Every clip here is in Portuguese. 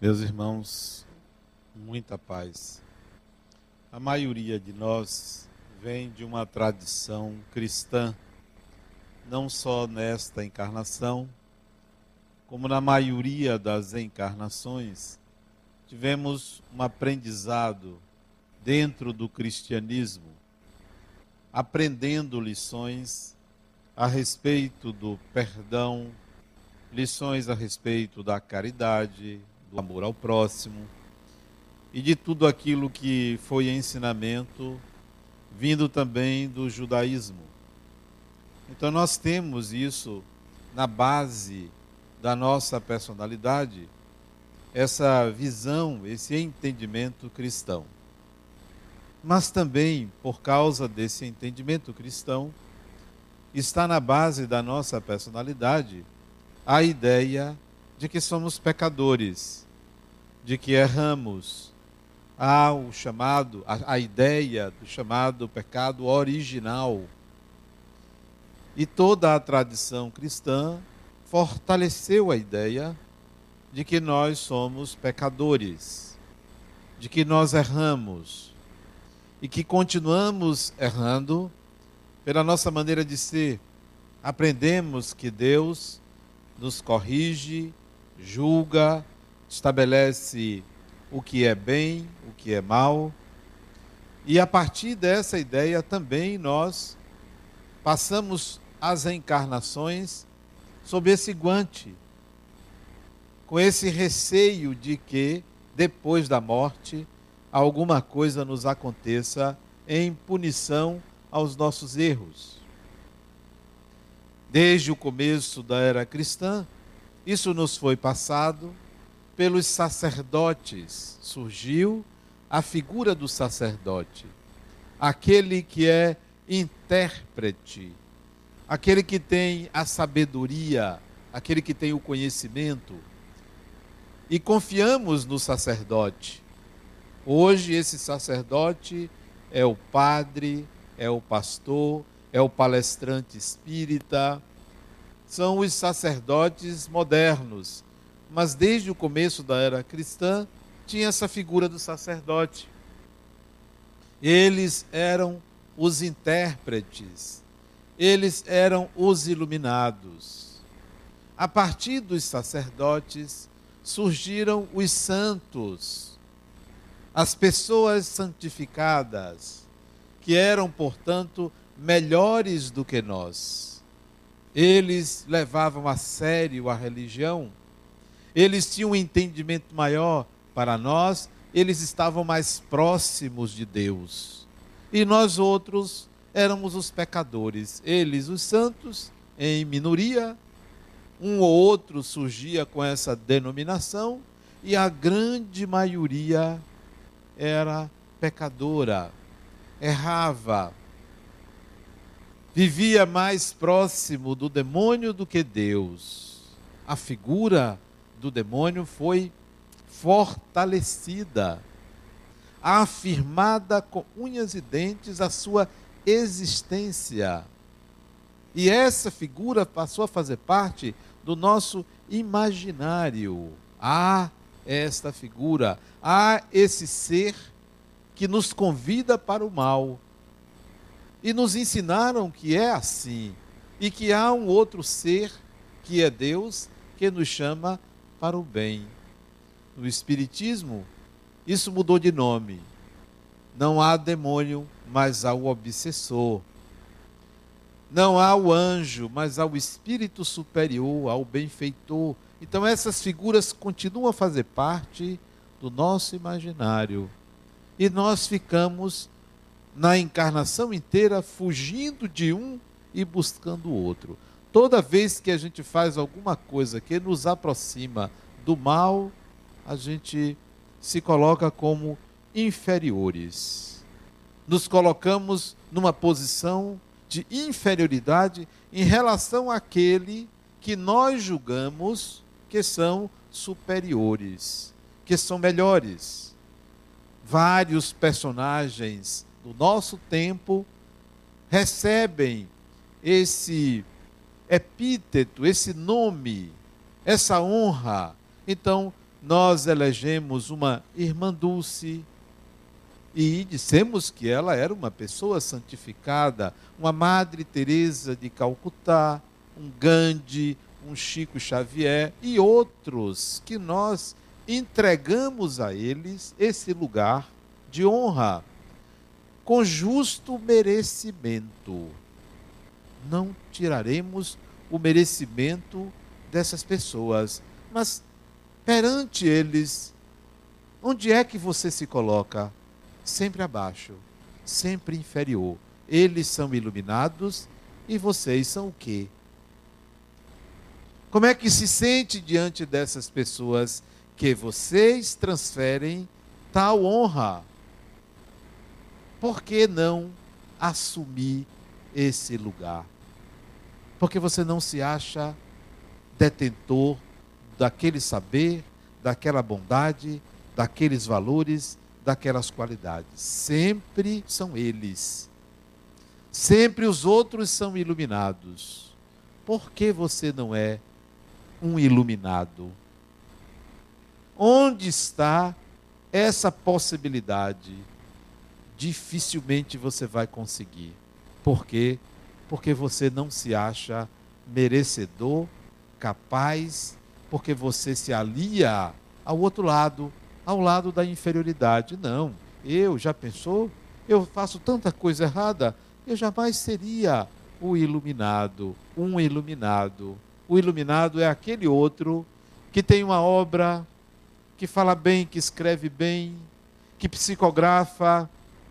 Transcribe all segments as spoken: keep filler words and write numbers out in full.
Meus irmãos, muita paz. A maioria de nós vem de uma tradição cristã, não só nesta encarnação, como na maioria das encarnações, tivemos um aprendizado dentro do cristianismo, aprendendo lições a respeito do perdão, lições a respeito da caridade, do amor ao próximo e de tudo aquilo que foi ensinamento vindo também do judaísmo. Então nós temos isso na base da nossa personalidade, essa visão, esse entendimento cristão. Mas também, por causa desse entendimento cristão, está na base da nossa personalidade a ideia de que somos pecadores, de que erramos. Há o chamado, a, a ideia do chamado pecado original. E toda a tradição cristã fortaleceu a ideia de que nós somos pecadores, de que nós erramos e que continuamos errando pela nossa maneira de ser. Aprendemos que Deus nos corrige, julga, estabelece o que é bem, o que é mal. E a partir dessa ideia também nós passamos as encarnações sob esse guante, com esse receio de que depois da morte alguma coisa nos aconteça em punição aos nossos erros. Desde o começo da era cristã, isso nos foi passado pelos sacerdotes. Surgiu a figura do sacerdote, aquele que é intérprete, aquele que tem a sabedoria, aquele que tem o conhecimento. E confiamos no sacerdote. Hoje esse sacerdote é o padre, é o pastor, é o palestrante espírita, são os sacerdotes modernos. Mas desde o começo da era cristã, tinha essa figura do sacerdote. Eles eram os intérpretes, eles eram os iluminados. A partir dos sacerdotes surgiram os santos, as pessoas santificadas, que eram, portanto, melhores do que nós. Eles levavam a sério a religião, eles tinham um entendimento maior. Para nós, eles estavam mais próximos de Deus. E nós outros éramos os pecadores. Eles, os santos, em minoria, um ou outro surgia com essa denominação, e a grande maioria era pecadora, errava, vivia mais próximo do demônio do que Deus. A figura do demônio foi fortalecida, afirmada com unhas e dentes a sua existência. E essa figura passou a fazer parte do nosso imaginário. Há esta figura, há esse ser que nos convida para o mal. E nos ensinaram que é assim, e que há um outro ser, que é Deus, que nos chama para o bem. No Espiritismo, isso mudou de nome. Não há demônio, mas há o obsessor. Não há o anjo, mas há o espírito superior, há o benfeitor. Então essas figuras continuam a fazer parte do nosso imaginário. E nós ficamos na encarnação inteira fugindo de um e buscando o outro. Toda vez que a gente faz alguma coisa que nos aproxima do mal, a gente se coloca como inferiores. Nos colocamos numa posição de inferioridade em relação àquele que nós julgamos que são superiores, que são melhores. Vários personagens do nosso tempo recebem esse epíteto, esse nome, essa honra. Então, nós elegemos uma irmã Dulce e dissemos que ela era uma pessoa santificada, uma Madre Teresa de Calcutá, um Gandhi, um Chico Xavier e outros que nós entregamos a eles esse lugar de honra, com justo merecimento. Não tiraremos o merecimento dessas pessoas, mas perante eles, onde é que você se coloca? Sempre abaixo, sempre inferior. Eles são iluminados e vocês são o quê? Como é que se sente diante dessas pessoas que vocês transferem tal honra? Por que não assumir esse lugar? Porque você não se acha detentor daquele saber, daquela bondade, daqueles valores, daquelas qualidades. Sempre são eles. Sempre os outros são iluminados. Por que você não é um iluminado? Onde está essa possibilidade? Dificilmente você vai conseguir. Por quê? Porque você não se acha merecedor, capaz, porque você se alia ao outro lado, ao lado da inferioridade. Não, eu, já pensou? Eu faço tanta coisa errada, eu jamais seria o iluminado, um iluminado. O iluminado é aquele outro que tem uma obra, que fala bem, que escreve bem, que psicografa.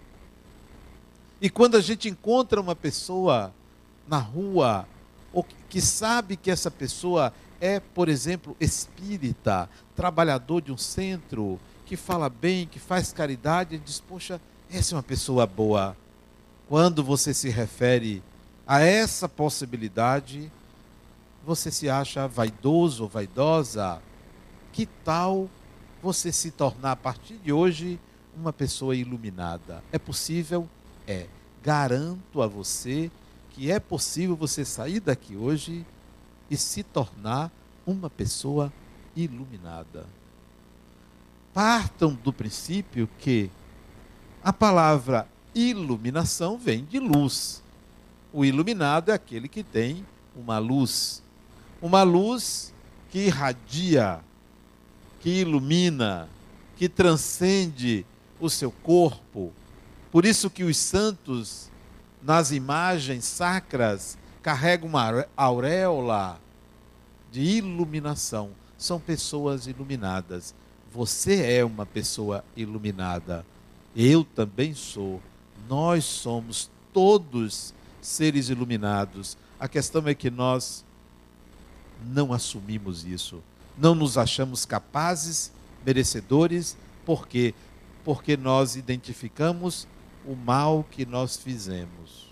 E quando a gente encontra uma pessoa na rua, ou que sabe que essa pessoa é, por exemplo, espírita, trabalhador de um centro, que fala bem, que faz caridade, ele diz, poxa, essa é uma pessoa boa. Quando você se refere a essa possibilidade, você se acha vaidoso ou vaidosa. Que tal você se tornar, a partir de hoje, uma pessoa iluminada? É possível? É. Garanto a você que é possível você sair daqui hoje e se tornar uma pessoa iluminada. Partam do princípio que a palavra iluminação vem de luz. O iluminado é aquele que tem uma luz. Uma luz que irradia, que ilumina, que transcende o seu corpo. Por isso que os santos, nas imagens sacras, carregam uma auréola de iluminação. São pessoas iluminadas. Você é uma pessoa iluminada. Eu também sou. Nós somos todos seres iluminados. A questão é que nós não assumimos isso. Não nos achamos capazes, merecedores. Por quê? Porque nós identificamos o mal que nós fizemos.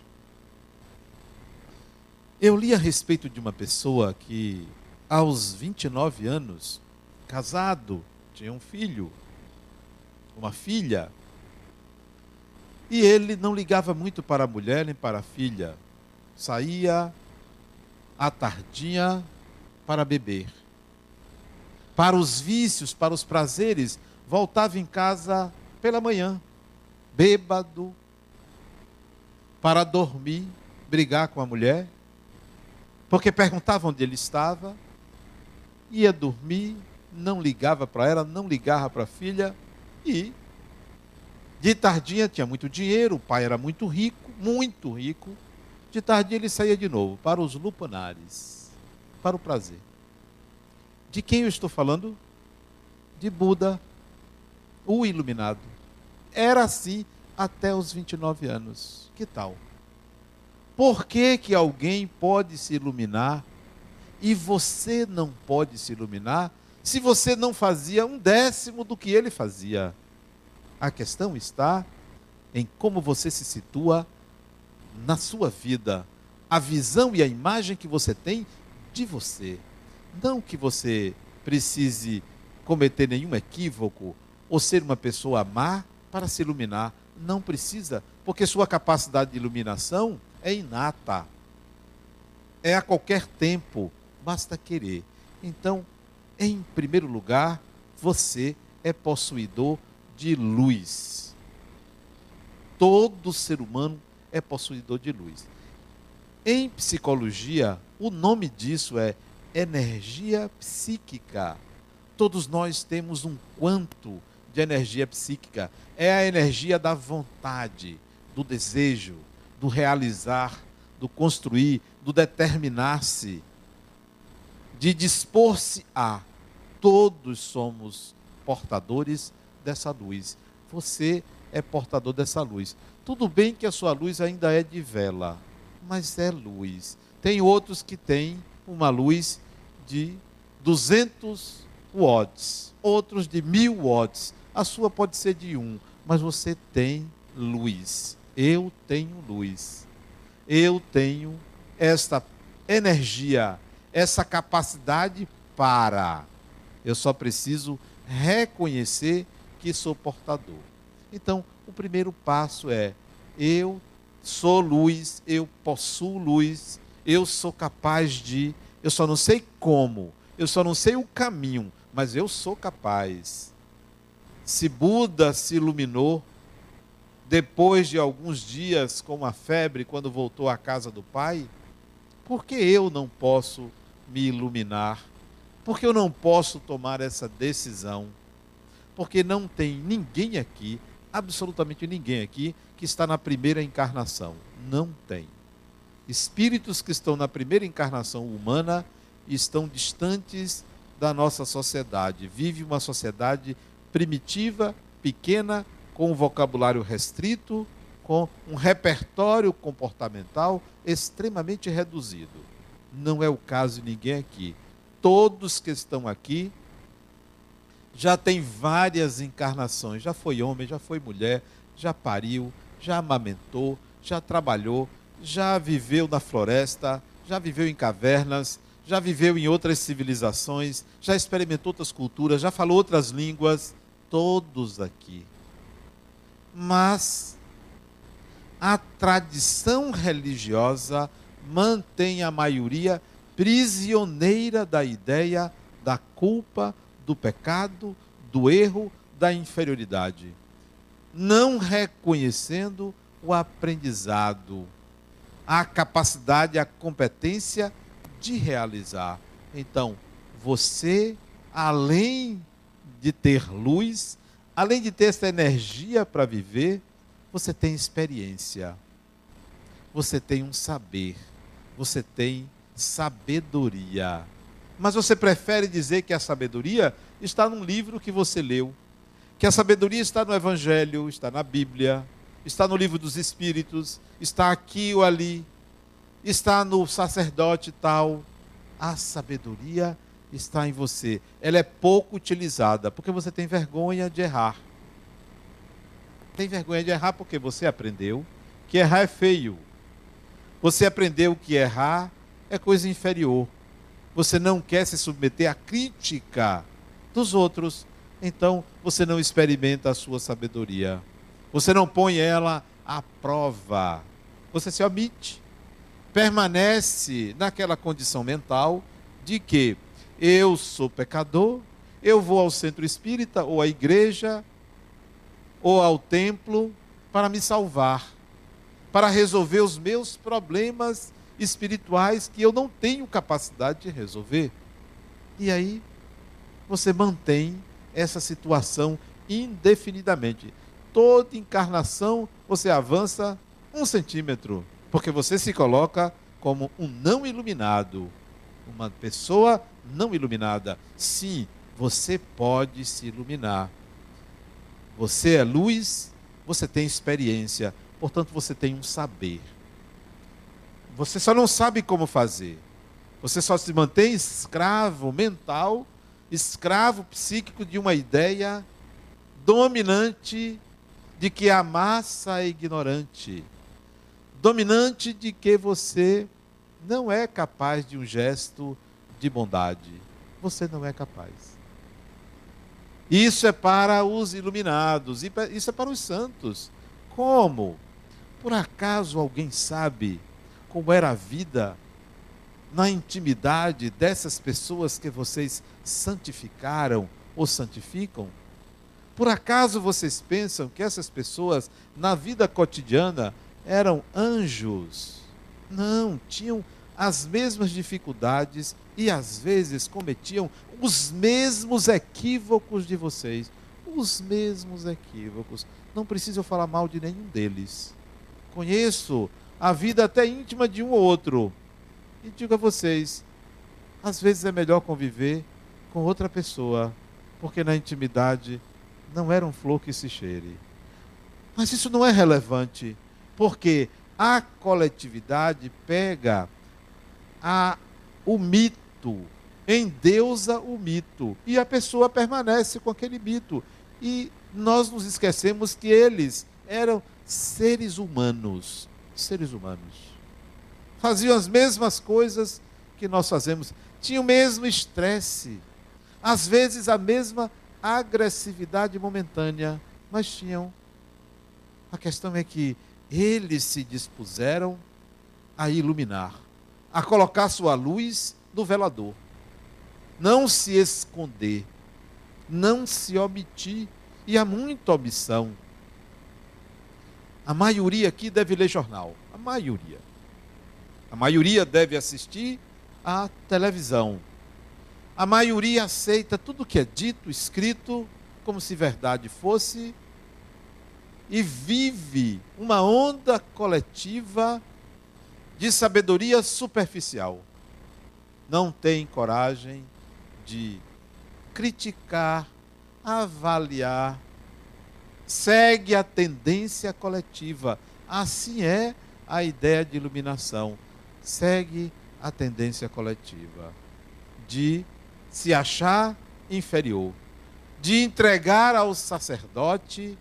Eu li a respeito de uma pessoa que, aos vinte e nove anos, casado, tinha um filho, uma filha, e ele não ligava muito para a mulher nem para a filha. Saía à tardinha para beber. Para os vícios, para os prazeres, voltava em casa pela manhã, bêbado, para dormir, brigar com a mulher, porque perguntava onde ele estava, ia dormir, não ligava para ela, não ligava para a filha, e de tardinha tinha muito dinheiro, o pai era muito rico, muito rico, de tardinha ele saía de novo para os lupanares, para o prazer. De quem eu estou falando? De Buda, o iluminado. Era assim até os vinte e nove anos. Que tal? Por que que alguém pode se iluminar e você não pode se iluminar se você não fazia um décimo do que ele fazia? A questão está em como você se situa na sua vida, a visão e a imagem que você tem de você. Não que você precise cometer nenhum equívoco ou ser uma pessoa má para se iluminar. Não precisa, porque sua capacidade de iluminação é inata. É a qualquer tempo, basta querer. Então, em primeiro lugar, Você é possuidor de luz. Todo ser humano é possuidor de luz. Em psicologia, o nome disso é energia psíquica. Todos nós temos um quanto de energia psíquica. É a energia da vontade, do desejo, do realizar, do construir, do determinar-se, de dispor-se a. Todos somos portadores dessa luz. Você é portador dessa luz. Tudo bem que a sua luz ainda é de vela, mas é luz. Tem outros que têm uma luz de duzentos watts, outros de mil watts. A sua pode ser de um, mas você tem luz. Eu tenho luz. Eu tenho esta energia, essa capacidade para. Eu só preciso reconhecer que sou portador. Então, o primeiro passo é: eu sou luz, eu possuo luz, eu sou capaz de, eu só não sei como, eu só não sei o caminho, mas eu sou capaz. Se Buda se iluminou depois de alguns dias com uma febre, quando voltou à casa do Pai, por que eu não posso me iluminar? Por que eu não posso tomar essa decisão? Porque não tem ninguém aqui, absolutamente ninguém aqui, que está na primeira encarnação. Não tem. Espíritos que estão na primeira encarnação humana estão distantes da nossa sociedade. Vive uma sociedade primitiva, pequena, com um vocabulário restrito, com um repertório comportamental extremamente reduzido. Não é o caso de ninguém aqui. Todos que estão aqui já têm várias encarnações. Já foi homem, já foi mulher, já pariu, já amamentou, já trabalhou, já viveu na floresta, já viveu em cavernas, já viveu em outras civilizações, já experimentou outras culturas, já falou outras línguas. Todos aqui. Mas a tradição religiosa mantém a maioria prisioneira da ideia da culpa, do pecado, do erro, da inferioridade, não reconhecendo o aprendizado, a capacidade, a competência de realizar. Então, você, além de ter luz, além de ter essa energia para viver, você tem experiência, você tem um saber, você tem sabedoria. Mas você prefere dizer que a sabedoria está num livro que você leu, que a sabedoria está no Evangelho, está na Bíblia, está no livro dos Espíritos, está aqui ou ali, está no sacerdote tal. A sabedoria está em você. Ela é pouco utilizada, porque você tem vergonha de errar. Tem vergonha de errar porque você aprendeu que errar é feio. Você aprendeu que errar é coisa inferior. Você não quer se submeter à crítica dos outros. Então, você não experimenta a sua sabedoria. Você não põe ela à prova. Você se omite. Permanece naquela condição mental de que eu sou pecador, eu vou ao centro espírita, ou à igreja, ou ao templo, para me salvar, para resolver os meus problemas espirituais que eu não tenho capacidade de resolver. E aí, você mantém essa situação indefinidamente. Toda encarnação, você avança um centímetro, porque você se coloca como um não iluminado, uma pessoa não iluminada. Sim, você pode se iluminar. Você é luz, você tem experiência, portanto você tem um saber. Você só não sabe como fazer. Você só se mantém escravo mental, escravo psíquico de uma ideia dominante de que a massa é ignorante, dominante de que você não é capaz de um gesto de bondade. Você não é capaz. Isso é para os iluminados, isso é para os santos. Como? Por acaso alguém sabe como era a vida na intimidade dessas pessoas que vocês santificaram ou santificam? Por acaso vocês pensam que essas pessoas, na vida cotidiana, eram anjos? Não, tinham as mesmas dificuldades e às vezes cometiam os mesmos equívocos de vocês. Os mesmos equívocos. Não preciso falar mal de nenhum deles. Conheço a vida até íntima de um ou outro. E digo a vocês, às vezes é melhor conviver com outra pessoa, porque na intimidade não era um flor que se cheire. Mas isso não é relevante, porque a coletividade pega a, o mito, endeusa o mito, e a pessoa permanece com aquele mito. E nós nos esquecemos que eles eram seres humanos, seres humanos. Faziam as mesmas coisas que nós fazemos, tinham o mesmo estresse, às vezes a mesma agressividade momentânea, mas tinham. A questão é que eles se dispuseram a iluminar, a colocar sua luz no velador, não se esconder, não se omitir, e há muita omissão. A maioria aqui deve ler jornal, a maioria. A maioria deve assistir à televisão. A maioria aceita tudo que é dito, escrito, como se verdade fosse, e vive uma onda coletiva de sabedoria superficial. Não tem coragem de criticar, avaliar, segue a tendência coletiva. Assim é a ideia de iluminação. Segue a tendência coletiva de se achar inferior, de entregar ao sacerdote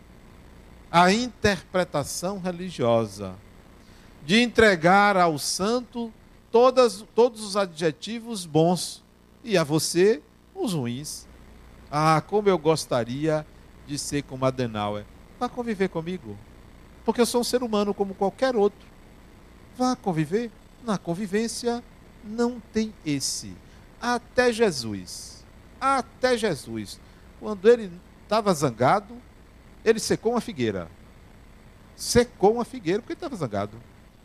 a interpretação religiosa, de entregar ao santo todas, todos os adjetivos bons e a você os ruins. Ah, como eu gostaria de ser como Adenauer. Vá conviver comigo, porque eu sou um ser humano como qualquer outro. Vá conviver. Na convivência não tem esse. Até Jesus, até Jesus, quando ele estava zangado, ele secou uma figueira. Secou uma figueira porque ele estava zangado.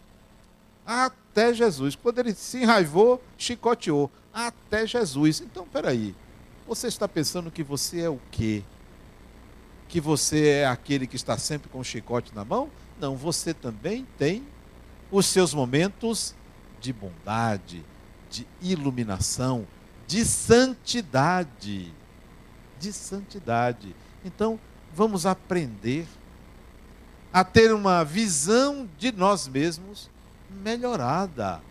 Até Jesus, quando ele se enraivou, chicoteou. Até Jesus. Então, peraí, você está pensando que você é o quê? Que você é aquele que está sempre com o chicote na mão? Não, você também tem os seus momentos de bondade, de iluminação, de santidade. De santidade. Então, vamos aprender a ter uma visão de nós mesmos melhorada.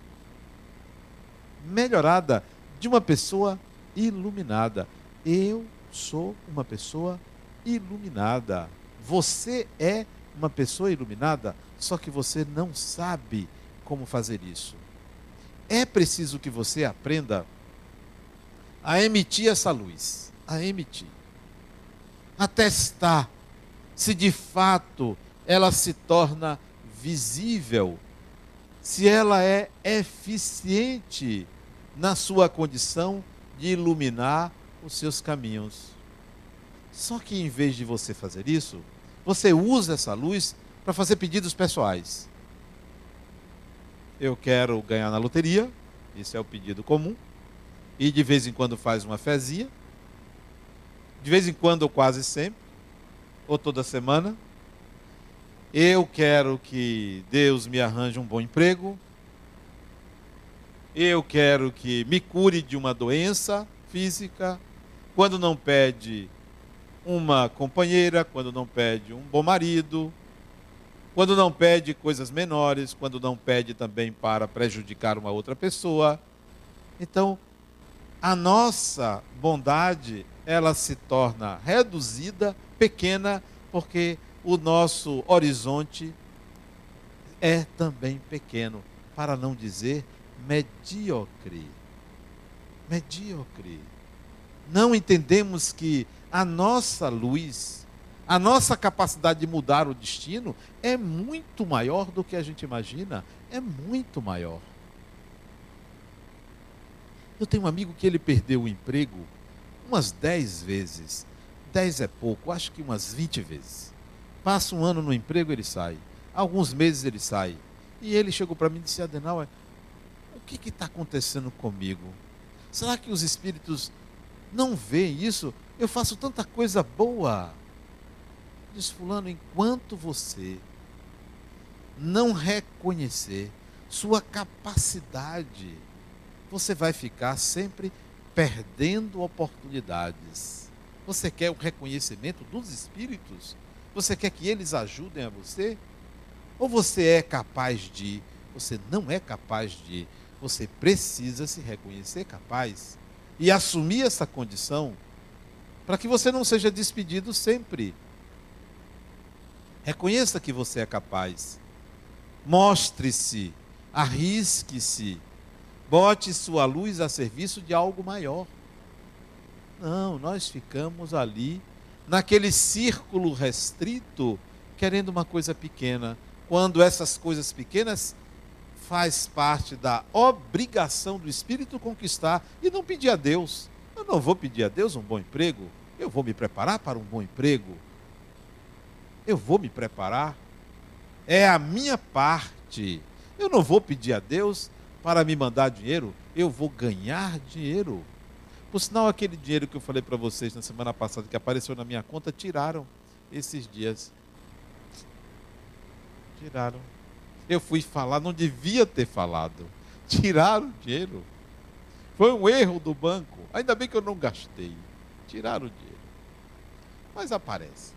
Melhorada, de uma pessoa iluminada. Eu sou uma pessoa iluminada. Você é uma pessoa iluminada, só que você não sabe como fazer isso. É preciso que você aprenda a emitir essa luz, a emitir, a testar se de fato ela se torna visível, se ela é eficiente na sua condição de iluminar os seus caminhos. Só que em vez de você fazer isso, você usa essa luz para fazer pedidos pessoais. Eu quero ganhar na loteria, esse é o pedido comum, e de vez em quando faz uma fezinha, de vez em quando ou quase sempre, ou toda semana. Eu quero que Deus me arranje um bom emprego, eu quero que me cure de uma doença física, quando não pede uma companheira, quando não pede um bom marido, quando não pede coisas menores, quando não pede também para prejudicar uma outra pessoa. Então, a nossa bondade, ela se torna reduzida, pequena, porque o nosso horizonte é também pequeno, para não dizer medíocre. Medíocre. Não entendemos que a nossa luz, a nossa capacidade de mudar o destino é muito maior do que a gente imagina. É muito maior. Eu tenho um amigo que ele perdeu o emprego umas dez vezes. Dez é pouco, acho que umas vinte vezes. Passa um ano no emprego, ele sai. Alguns meses ele sai. E ele chegou para mim e disse: Adenauer, o que está acontecendo comigo? Será que os espíritos não veem isso? Eu faço tanta coisa boa. Diz fulano, enquanto você não reconhecer sua capacidade, você vai ficar sempre perdendo oportunidades. Você quer o reconhecimento dos espíritos? Você quer que eles ajudem a você? Ou você é capaz de? Você não é capaz de. Você precisa se reconhecer capaz e assumir essa condição para que você não seja despedido sempre. Reconheça que você é capaz. Mostre-se, arrisque-se, bote sua luz a serviço de algo maior. Não, nós ficamos ali, naquele círculo restrito, querendo uma coisa pequena, quando essas coisas pequenas faz parte da obrigação do espírito conquistar e não pedir a Deus. Eu não vou pedir a Deus um bom emprego, eu vou me preparar para um bom emprego. Eu vou me preparar. É a minha parte. Eu não vou pedir a Deus para me mandar dinheiro, eu vou ganhar dinheiro. Por sinal, aquele dinheiro que eu falei para vocês na semana passada, que apareceu na minha conta, tiraram esses dias. Tiraram. Eu fui falar, não devia ter falado. Tiraram o dinheiro. Foi um erro do banco. Ainda bem que eu não gastei. Tiraram o dinheiro. Mas aparece.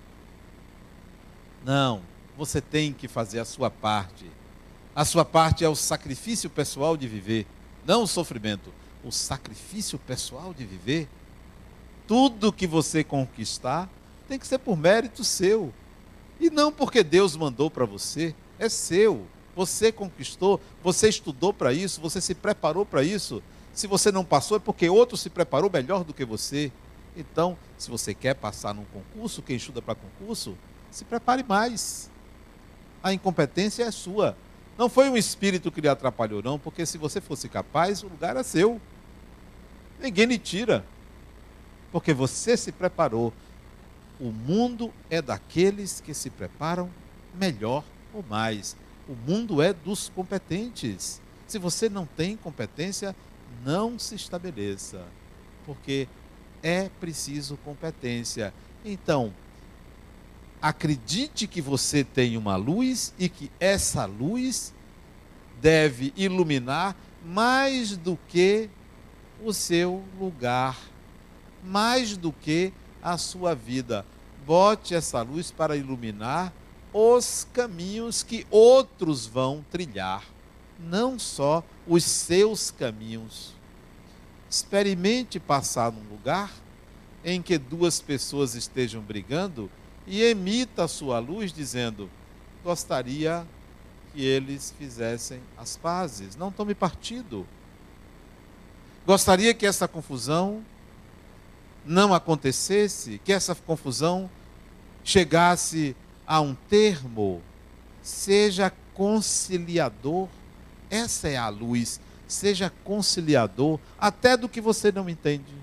Não, você tem que fazer a sua parte. A sua parte é o sacrifício pessoal de viver, não o sofrimento. O sacrifício pessoal de viver. Tudo que você conquistar tem que ser por mérito seu. E não porque Deus mandou para você. É seu. Você conquistou, você estudou para isso, você se preparou para isso. Se você não passou é porque outro se preparou melhor do que você. Então, se você quer passar num concurso, quem estuda para concurso, se prepare mais. A incompetência é sua. Não foi um espírito que lhe atrapalhou, não, porque se você fosse capaz, o lugar é seu. Ninguém lhe tira. Porque você se preparou. O mundo é daqueles que se preparam melhor ou mais. O mundo é dos competentes. Se você não tem competência, não se estabeleça. Porque é preciso competência. Então, acredite que você tem uma luz e que essa luz deve iluminar mais do que o seu lugar, mais do que a sua vida. Bote essa luz para iluminar os caminhos que outros vão trilhar, não só os seus caminhos. Experimente passar num lugar em que duas pessoas estejam brigando e emita a sua luz dizendo: gostaria que eles fizessem as pazes, não tome partido. Gostaria que essa confusão não acontecesse, que essa confusão chegasse a um termo. Seja conciliador, essa é a luz. Seja conciliador, até do que você não entende.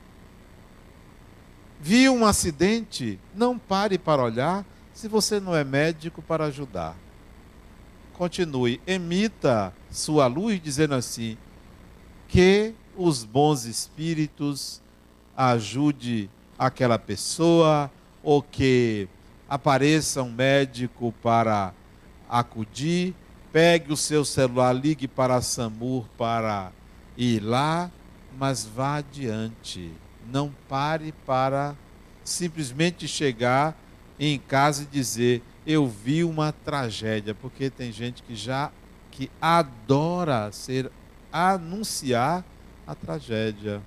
Viu um acidente? Não pare para olhar se você não é médico para ajudar. Continue, emita sua luz dizendo assim: que os bons espíritos ajude aquela pessoa, ou que apareça um médico para acudir, pegue o seu celular, ligue para a SAMUR para ir lá, mas vá adiante. Não pare para simplesmente chegar em casa e dizer: eu vi uma tragédia, porque tem gente que já que adora ser anunciar a tragédia.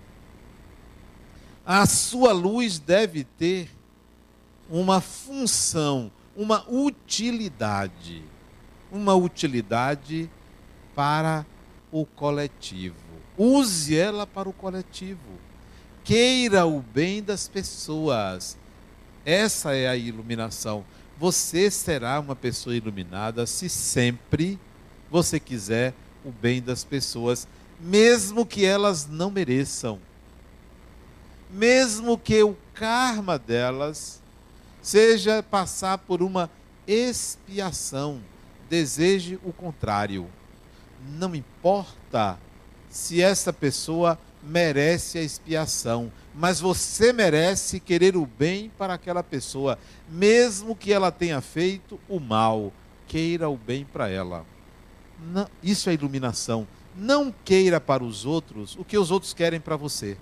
A sua luz deve ter uma função, uma utilidade, uma utilidade para o coletivo. Use ela para o coletivo. Queira o bem das pessoas. Essa é a iluminação. Você será uma pessoa iluminada se sempre você quiser o bem das pessoas, mesmo que elas não mereçam. mesmo que o karma delas seja passar por uma expiação. Deseje o contrário. Não importa se essa pessoa merece a expiação, mas você merece querer o bem para aquela pessoa, mesmo que ela tenha feito o mal. Queira o bem para ela. Não, isso é iluminação. Não queira para os outros o que os outros querem para você.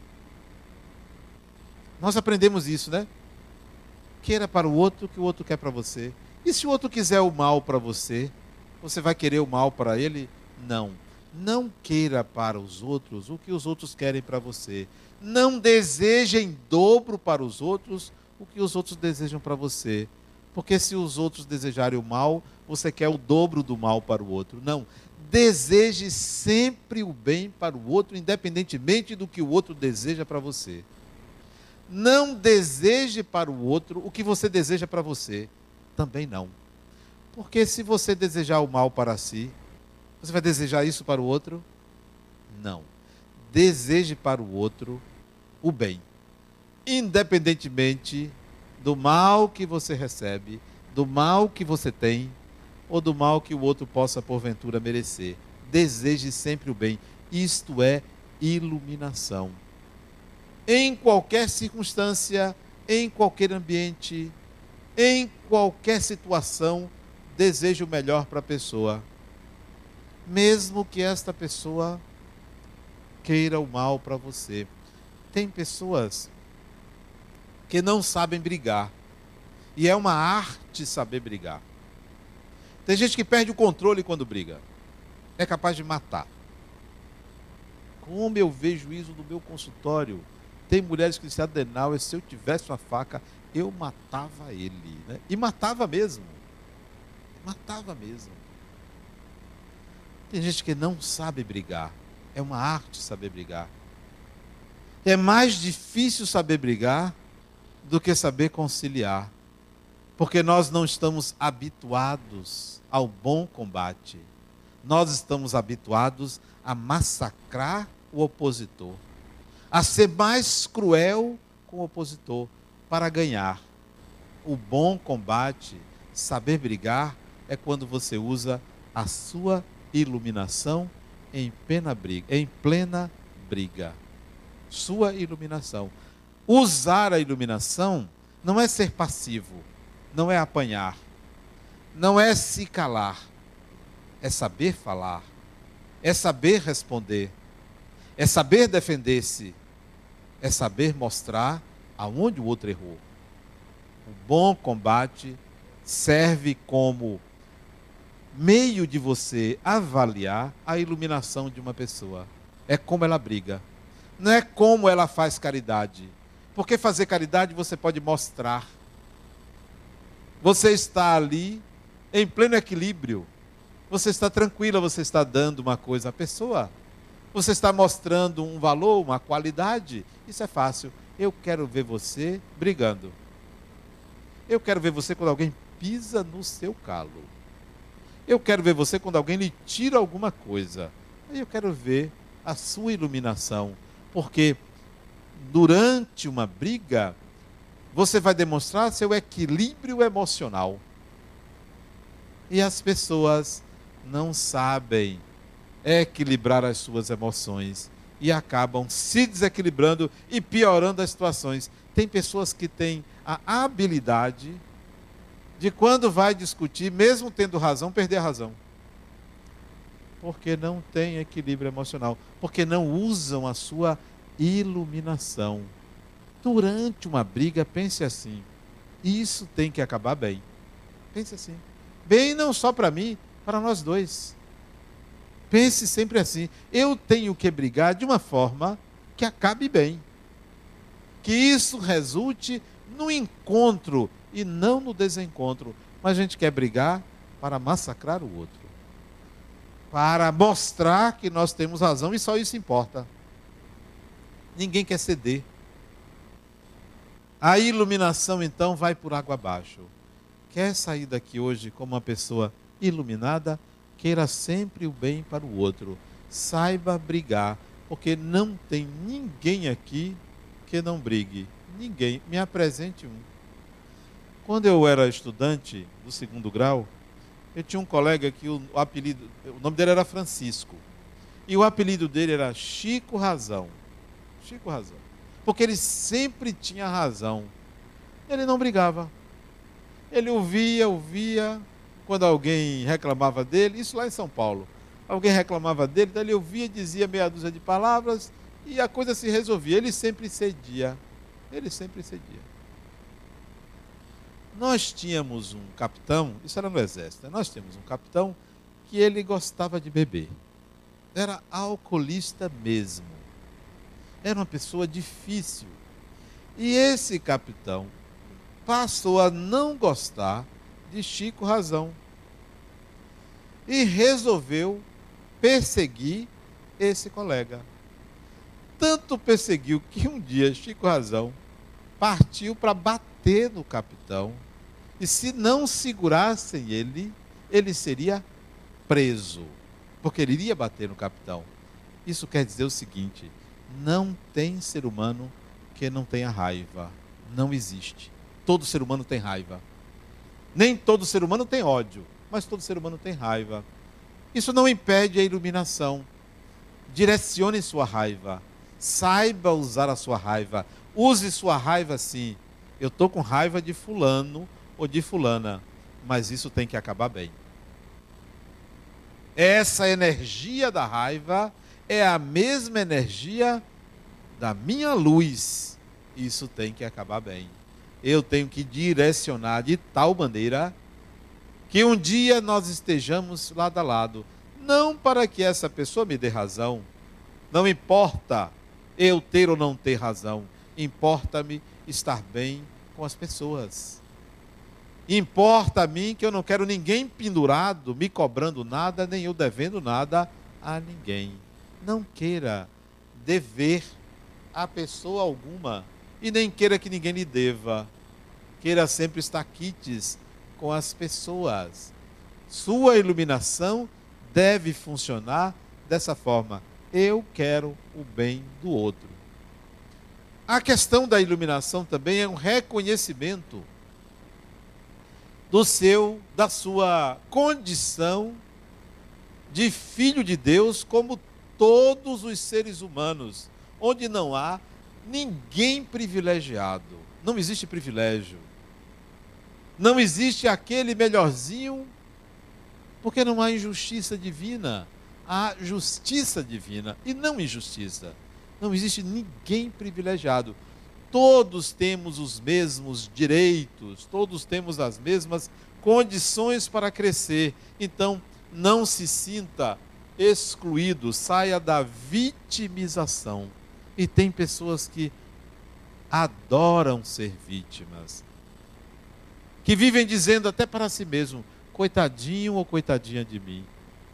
Nós aprendemos isso, né? Queira para o outro o que o outro quer para você. E se o outro quiser o mal para você, você vai querer o mal para ele? Não. Não queira para os outros o que os outros querem para você. Não deseje em dobro para os outros o que os outros desejam para você. Porque se os outros desejarem o mal, você quer o dobro do mal para o outro. Não. Deseje sempre o bem para o outro, independentemente do que o outro deseja para você. Não deseje para o outro o que você deseja para você. Também não. Porque se você desejar o mal para si, você vai desejar isso para o outro? Não. Deseje para o outro o bem. Independentemente do mal que você recebe, do mal que você tem, ou do mal que o outro possa porventura merecer. Deseje sempre o bem. Isto é iluminação. Em qualquer circunstância, em qualquer ambiente, em qualquer situação, deseje o melhor para a pessoa. Mesmo que esta pessoa queira o mal para você. Tem pessoas que não sabem brigar. E é uma arte saber brigar. Tem gente que perde o controle quando briga. É capaz de matar. Como eu vejo isso no meu consultório. Tem mulheres que dizem, Adenauer, se eu tivesse uma faca, eu matava ele. Né? E matava mesmo. Matava mesmo. Tem gente que não sabe brigar. É uma arte saber brigar. É mais difícil saber brigar do que saber conciliar. Porque nós não estamos habituados ao bom combate. Nós estamos habituados a massacrar o opositor. A ser mais cruel com o opositor para ganhar. O bom combate, saber brigar, é quando você usa a sua iluminação em plena briga. Em plena briga. Sua iluminação. Usar a iluminação não é ser passivo, não é apanhar, não é se calar, é saber falar, é saber responder, é saber defender-se, é saber mostrar aonde o outro errou. O bom combate serve como meio de você avaliar a iluminação de uma pessoa. É como ela briga. Não é como ela faz caridade. Porque fazer caridade você pode mostrar. Você está ali em pleno equilíbrio. Você está tranquila, você está dando uma coisa à pessoa. Você está mostrando um valor, uma qualidade. Isso é fácil. Eu quero ver você brigando. Eu quero ver você quando alguém pisa no seu calo. Eu quero ver você quando alguém lhe tira alguma coisa. Eu quero ver a sua iluminação. Porque durante uma briga, você vai demonstrar seu equilíbrio emocional. E as pessoas não sabem equilibrar as suas emoções e acabam se desequilibrando e piorando as situações. Tem pessoas que têm a habilidade de, quando vai discutir, mesmo tendo razão, perder a razão. Porque não tem equilíbrio emocional. Porque não usam a sua iluminação. Durante uma briga, pense assim: isso tem que acabar bem. Pense assim. Bem não só para mim, para nós dois. Pense sempre assim: eu tenho que brigar de uma forma que acabe bem. Que isso resulte no encontro e não no desencontro. Mas a gente quer brigar para massacrar o outro. Para mostrar que nós temos razão e só isso importa. Ninguém quer ceder. A iluminação então vai por água abaixo. Quer sair daqui hoje como uma pessoa iluminada? Queira sempre o bem para o outro. Saiba brigar, porque não tem ninguém aqui que não brigue. Ninguém. Me apresente um. Quando eu era estudante do segundo grau, eu tinha um colega que o, o apelido, o nome dele era Francisco. E o apelido dele era Chico Razão. Chico Razão. Porque ele sempre tinha razão. Ele não brigava. Ele ouvia, ouvia. Quando alguém reclamava dele, isso lá em São Paulo, alguém reclamava dele, daí ele ouvia, dizia meia dúzia de palavras e a coisa se resolvia. Ele sempre cedia. Ele sempre cedia. Nós tínhamos um capitão, isso era no exército, né? Nós tínhamos um capitão que ele gostava de beber. Era alcoolista mesmo. Era uma pessoa difícil. E esse capitão passou a não gostar de Chico Razão. E resolveu perseguir esse colega. Tanto perseguiu que um dia Chico Razão partiu para bater no capitão. E se não segurassem ele, ele seria preso. Porque ele iria bater no capitão. Isso quer dizer o seguinte: não tem ser humano que não tenha raiva. Não existe. Todo ser humano tem raiva. Nem todo ser humano tem ódio, mas todo ser humano tem raiva. Isso não impede a iluminação. Direcione sua raiva. Saiba usar a sua raiva. Use sua raiva sim. Eu estou com raiva de fulano ou de fulana, mas isso tem que acabar bem. Essa energia da raiva é a mesma energia da minha luz. Isso tem que acabar bem. Eu tenho que direcionar de tal maneira que um dia nós estejamos lado a lado. Não para que essa pessoa me dê razão. Não importa eu ter ou não ter razão. Importa-me estar bem com as pessoas. Importa a mim que eu não quero ninguém pendurado, me cobrando nada, nem eu devendo nada a ninguém. Não queira dever a pessoa alguma. E nem queira que ninguém lhe deva. Queira sempre estar quites com as pessoas. Sua iluminação deve funcionar dessa forma. Eu quero o bem do outro. A questão da iluminação também é um reconhecimento do seu, da sua condição de filho de Deus, como todos os seres humanos, onde não há ninguém privilegiado. Não existe privilégio. Não existe aquele melhorzinho, porque não há injustiça divina. Há justiça divina e não injustiça. Não existe ninguém privilegiado. Todos temos os mesmos direitos, todos temos as mesmas condições para crescer. Então, não se sinta excluído, saia da vitimização. E tem pessoas que adoram ser vítimas, que vivem dizendo até para si mesmo: coitadinho ou coitadinha de mim,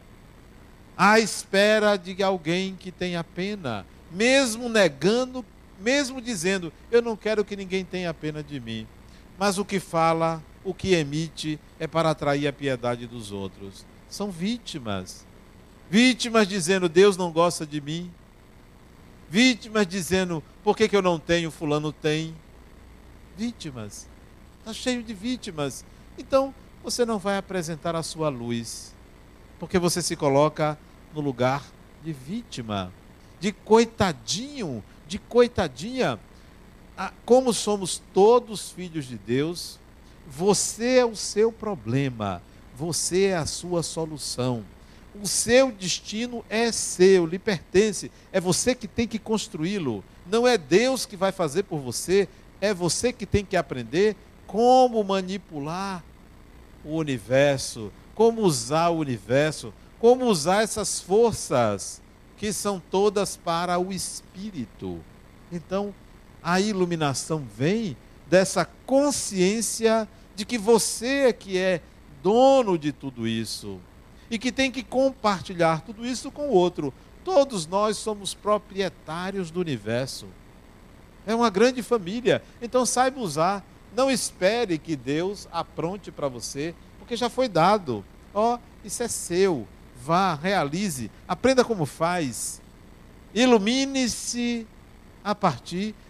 à espera de alguém que tenha pena, mesmo negando, mesmo dizendo: eu não quero que ninguém tenha pena de mim. Mas o que fala, o que emite é para atrair a piedade dos outros. São vítimas. Vítimas dizendo: Deus não gosta de mim. Vítimas dizendo: por que que eu não tenho, fulano tem? Vítimas. Está cheio de vítimas. Então, você não vai apresentar a sua luz, porque você se coloca no lugar de vítima, de coitadinho, de coitadinha. Ah, como somos todos filhos de Deus, você é o seu problema, você é a sua solução. O seu destino é seu, lhe pertence. É você que tem que construí-lo. Não é Deus que vai fazer por você. É você que tem que aprender como manipular o universo, como usar o universo, como usar essas forças que são todas para o espírito. Então, a iluminação vem dessa consciência de que você é que é dono de tudo isso. E que tem que compartilhar tudo isso com o outro. Todos nós somos proprietários do universo. É uma grande família. Então saiba usar. Não espere que Deus apronte para você, porque já foi dado. Ó, oh, isso é seu. Vá, realize. Aprenda como faz. Ilumine-se a partir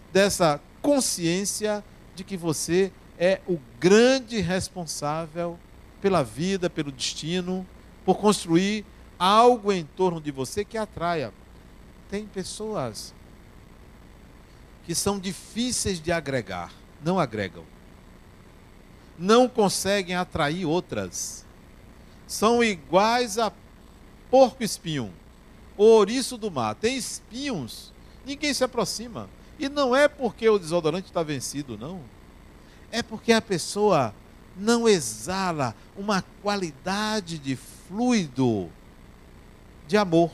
dessa consciência de que você é o grande responsável pela vida, pelo destino, por construir algo em torno de você que atraia. Tem pessoas que são difíceis de agregar, não agregam. Não conseguem atrair outras. São iguais a porco-espinho, ouriço do mar. Tem espinhos, ninguém se aproxima. E não é porque o desodorante está vencido, não. É porque a pessoa não exala uma qualidade de fluido de amor.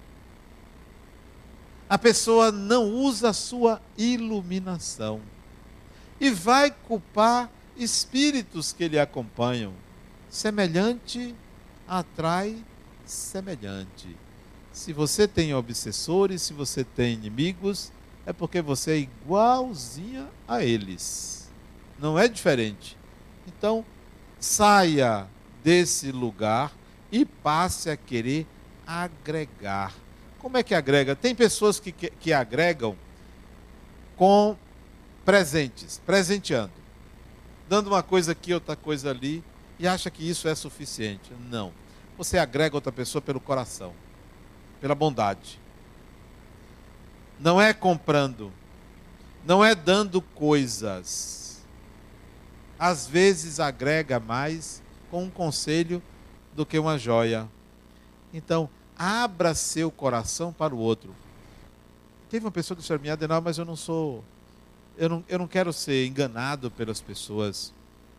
A pessoa não usa a sua iluminação. E vai culpar espíritos que lhe acompanham. Semelhante atrai semelhante. Se você tem obsessores, se você tem inimigos, é porque você é igualzinha a eles. Não é diferente. Então, saia desse lugar e passe a querer agregar. Como é que agrega? Tem pessoas que, que, que agregam com presentes, presenteando. Dando uma coisa aqui, outra coisa ali, e acha que isso é suficiente. Não. Você agrega outra pessoa pelo coração, pela bondade. Não é comprando, não é dando coisas. Às vezes agrega mais com um conselho do que uma joia. Então, abra seu coração para o outro. Teve uma pessoa que disse a mim, Adenal, mas eu não sou, eu não, eu não quero ser enganado pelas pessoas.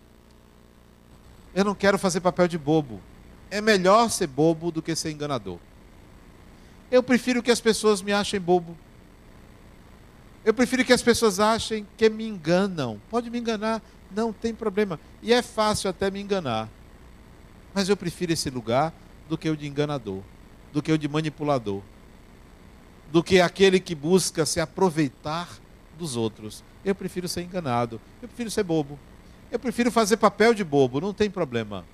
Eu não quero fazer papel de bobo. É melhor ser bobo do que ser enganador. Eu prefiro que as pessoas me achem bobo. Eu prefiro que as pessoas achem que me enganam. Pode me enganar, não tem problema. E é fácil até me enganar. Mas eu prefiro esse lugar do que o de enganador, do que o de manipulador, do que aquele que busca se aproveitar dos outros. Eu prefiro ser enganado, eu prefiro ser bobo. Eu prefiro fazer papel de bobo, não tem problema.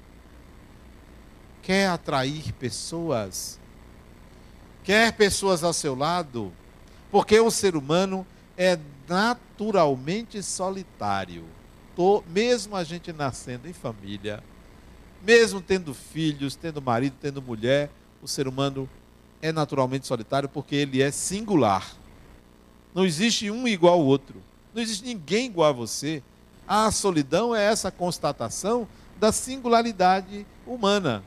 Quer atrair pessoas? Quer pessoas ao seu lado? Porque o ser humano é naturalmente solitário. Tô, mesmo a gente nascendo em família, mesmo tendo filhos, tendo marido, tendo mulher, o ser humano é naturalmente solitário porque ele é singular. Não existe um igual ao outro. Não existe ninguém igual a você. A solidão é essa constatação da singularidade humana.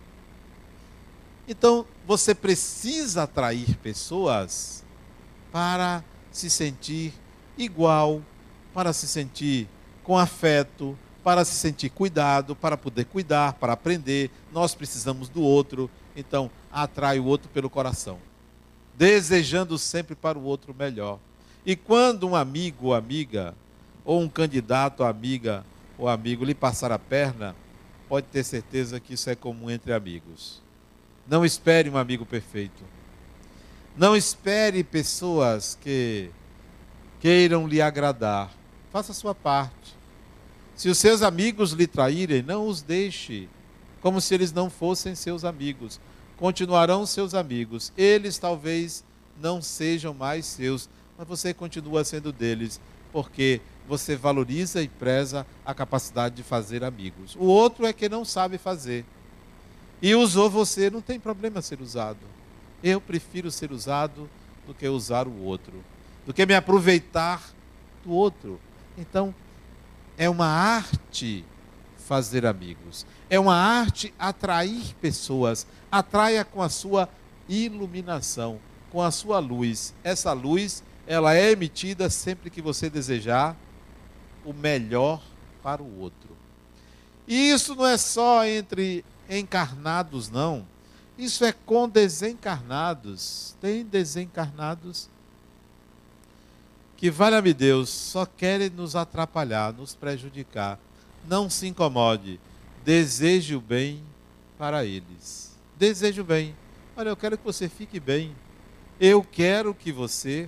Então, você precisa atrair pessoas para se sentir igual, para se sentir com afeto, para se sentir cuidado, para poder cuidar, para aprender. Nós precisamos do outro. Então, atrai o outro pelo coração, desejando sempre para o outro melhor. E quando um amigo ou amiga, ou um candidato, amiga ou amigo lhe passar a perna, pode ter certeza que isso é comum entre amigos. Não espere um amigo perfeito. Não espere pessoas que queiram lhe agradar. Faça a sua parte. Se os seus amigos lhe traírem, não os deixe como se eles não fossem seus amigos. Continuarão seus amigos. Eles talvez não sejam mais seus, mas você continua sendo deles, porque você valoriza e preza a capacidade de fazer amigos. O outro é que não sabe fazer. E usou você, não tem problema ser usado. Eu prefiro ser usado do que usar o outro, do que me aproveitar do outro. Então, é uma arte fazer amigos. É uma arte atrair pessoas. Atraia com a sua iluminação, com a sua luz. Essa luz, ela é emitida sempre que você desejar o melhor para o outro. E isso não é só entre encarnados, não. Isso é com desencarnados. Tem desencarnados que, valha-me Deus, só querem nos atrapalhar, nos prejudicar. Não se incomode. Deseje o bem para eles. Deseje o bem. Olha, eu quero que você fique bem. Eu quero que você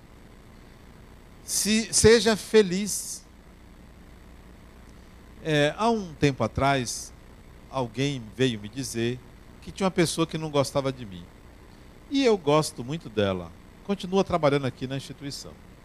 se, seja feliz. É, há um tempo atrás, alguém veio me dizer que tinha uma pessoa que não gostava de mim. E eu gosto muito dela. Continua trabalhando aqui na instituição.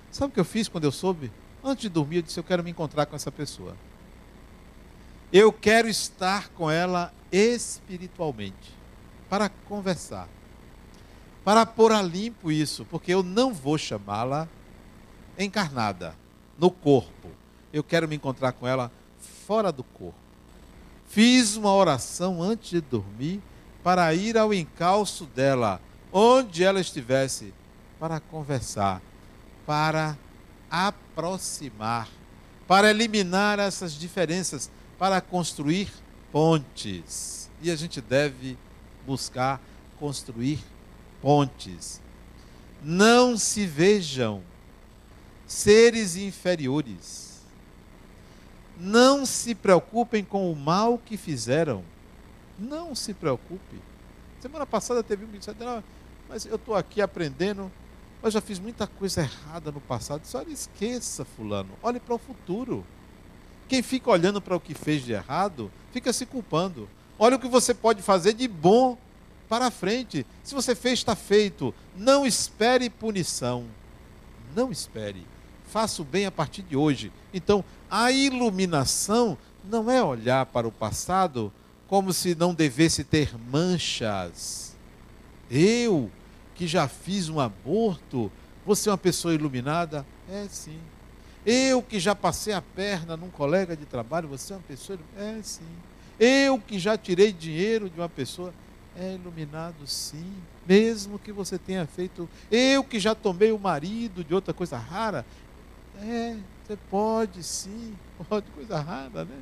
Sabe o que eu fiz quando eu soube? Antes de dormir, eu disse: eu quero me encontrar com essa pessoa. Eu quero estar com ela espiritualmente, para conversar, para pôr a limpo isso, porque eu não vou chamá-la encarnada, no corpo. Eu quero me encontrar com ela fora do corpo. Fiz uma oração antes de dormir para ir ao encalço dela, onde ela estivesse, para conversar, para aproximar, para eliminar essas diferenças, para construir pontes. E a gente deve buscar construir pontes. Não se vejam seres inferiores. Não se preocupem com o mal que fizeram. Não se preocupe. Semana passada teve um que disse: não, mas eu estou aqui aprendendo, mas já fiz muita coisa errada no passado. Só esqueça, fulano. Olhe para o futuro. Quem fica olhando para o que fez de errado, fica se culpando. Olha o que você pode fazer de bom para frente. Se você fez, está feito. Não espere punição. Não espere. Faça o bem a partir de hoje. Então, a iluminação não é olhar para o passado como se não devesse ter manchas. Eu, que já fiz um aborto, vou ser uma pessoa iluminada? É, sim. Eu, que já passei a perna num colega de trabalho, vou ser uma pessoa iluminada? É, sim. Eu, que já tirei dinheiro de uma pessoa, é iluminado, sim. Mesmo que você tenha feito... Eu, que já tomei o marido de outra coisa rara, é, você pode, sim. Pode, coisa rara, né?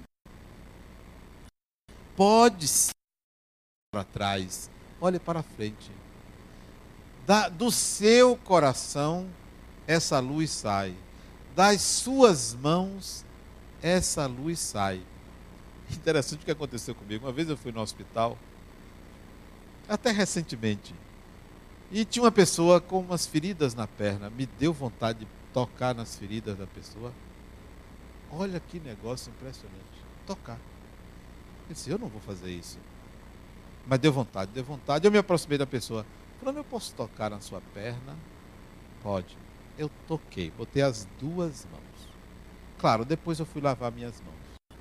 Pode sim. Para trás, olhe para frente. Da, do seu coração, essa luz sai. Das suas mãos, essa luz sai. Interessante o que aconteceu comigo. Uma vez eu fui no hospital, até recentemente, e tinha uma pessoa com umas feridas na perna. Me deu vontade de tocar nas feridas da pessoa. Olha que negócio impressionante. Tocar. Eu disse: eu não vou fazer isso. Mas deu vontade, deu vontade. Eu me aproximei da pessoa. Falei: eu posso tocar na sua perna? Pode. Eu toquei, botei as duas mãos. Claro, depois eu fui lavar minhas mãos.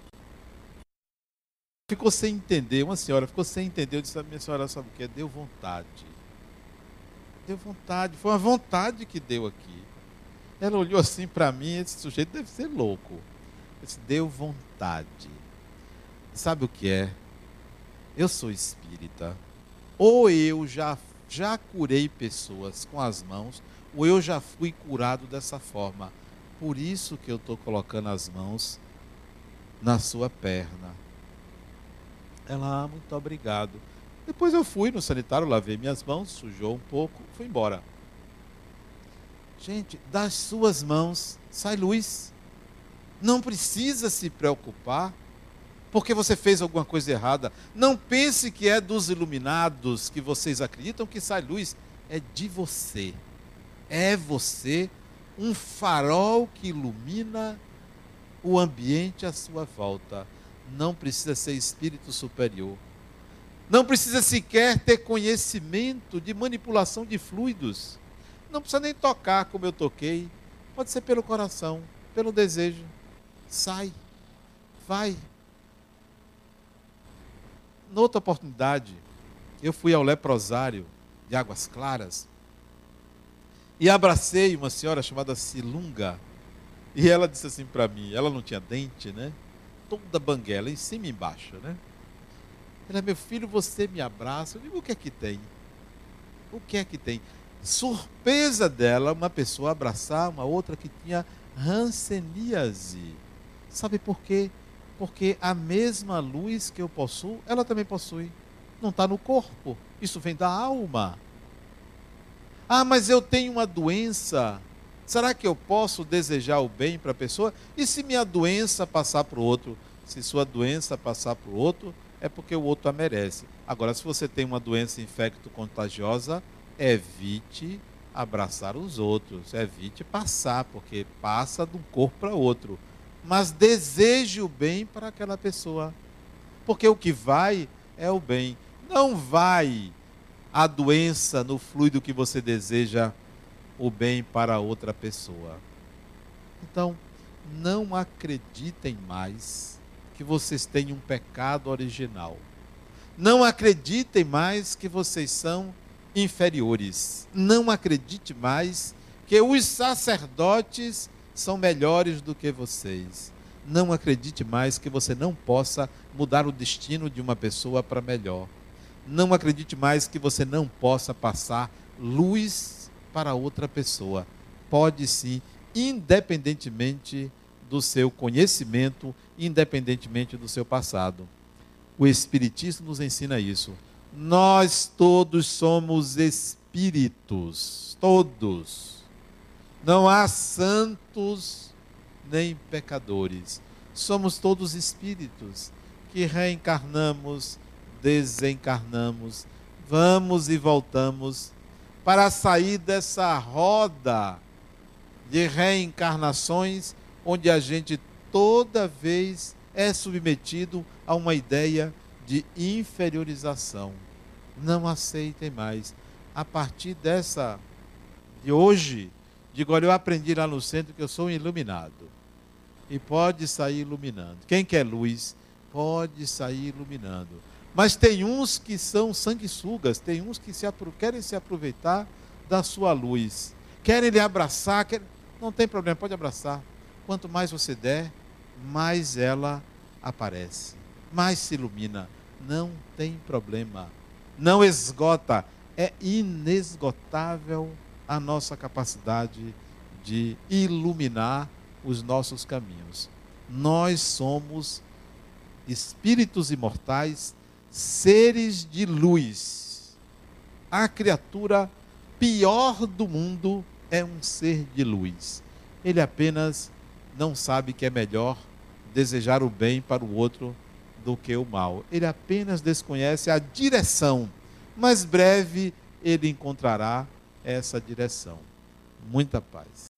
Ficou sem entender, uma senhora ficou sem entender. Eu disse: a minha senhora, sabe o que? Deu vontade. Deu vontade, foi uma vontade que deu aqui. Ela olhou assim para mim: esse sujeito deve ser louco. Eu disse: deu vontade. Sabe o que é? Eu sou espírita. Ou eu já, já curei pessoas com as mãos, ou eu já fui curado dessa forma. Por isso que eu estou colocando as mãos na sua perna. Ela: ah, muito obrigado. Depois eu fui no sanitário, lavei minhas mãos, sujou um pouco, fui embora. Gente, das suas mãos sai luz. Não precisa se preocupar porque você fez alguma coisa errada. Não pense que é dos iluminados que vocês acreditam que sai luz. É de você. É você, um farol que ilumina o ambiente à sua volta. Não precisa ser espírito superior. Não precisa sequer ter conhecimento de manipulação de fluidos. Não precisa nem tocar como eu toquei. Pode ser pelo coração, pelo desejo. Sai, vai. Noutra oportunidade, eu fui ao leprosário de Águas Claras e abracei uma senhora chamada Silunga. E ela disse assim para mim, ela não tinha dente, né? Toda banguela, em cima e embaixo, né? Ela: meu filho, você me abraça. Eu digo: o que é que tem? O que é que tem? Surpresa dela, uma pessoa abraçar uma outra que tinha hanseníase. Sabe por quê? Porque a mesma luz que eu possuo, ela também possui. Não está no corpo. Isso vem da alma. Ah, mas eu tenho uma doença. Será que eu posso desejar o bem para a pessoa? E se minha doença passar para o outro? Se sua doença passar para o outro, é porque o outro a merece. Agora, se você tem uma doença infecto-contagiosa, evite abraçar os outros. Evite passar, porque passa de um corpo para outro. Mas deseje o bem para aquela pessoa. Porque o que vai é o bem. Não vai a doença no fluido que você deseja o bem para outra pessoa. Então, não acreditem mais que vocês têm um pecado original. Não acreditem mais que vocês são inferiores. Não acredite mais que os sacerdotes são melhores do que vocês. Não acredite mais que você não possa mudar o destino de uma pessoa para melhor. Não acredite mais que você não possa passar luz para outra pessoa. Pode sim, independentemente do seu conhecimento, independentemente do seu passado. O Espiritismo nos ensina isso. Nós todos somos espíritos, todos. Não há santos nem pecadores. Somos todos espíritos que reencarnamos, desencarnamos, vamos e voltamos para sair dessa roda de reencarnações onde a gente toda vez é submetido a uma ideia de inferiorização. Não aceitem mais. A partir dessa, de hoje, digo, olha, eu aprendi lá no centro que eu sou um iluminado. E pode sair iluminando. Quem quer luz, pode sair iluminando. Mas tem uns que são sanguessugas, tem uns que se, querem se aproveitar da sua luz. Querem lhe abraçar, querem... não tem problema, pode abraçar. Quanto mais você der, mais ela aparece, mais se ilumina. Não tem problema. Não esgota. É inesgotável a nossa capacidade de iluminar os nossos caminhos. Nós somos espíritos imortais, seres de luz. A criatura pior do mundo é um ser de luz. Ele apenas não sabe que é melhor desejar o bem para o outro do que o mal. Ele apenas desconhece a direção, mas breve ele encontrará essa direção. Muita paz.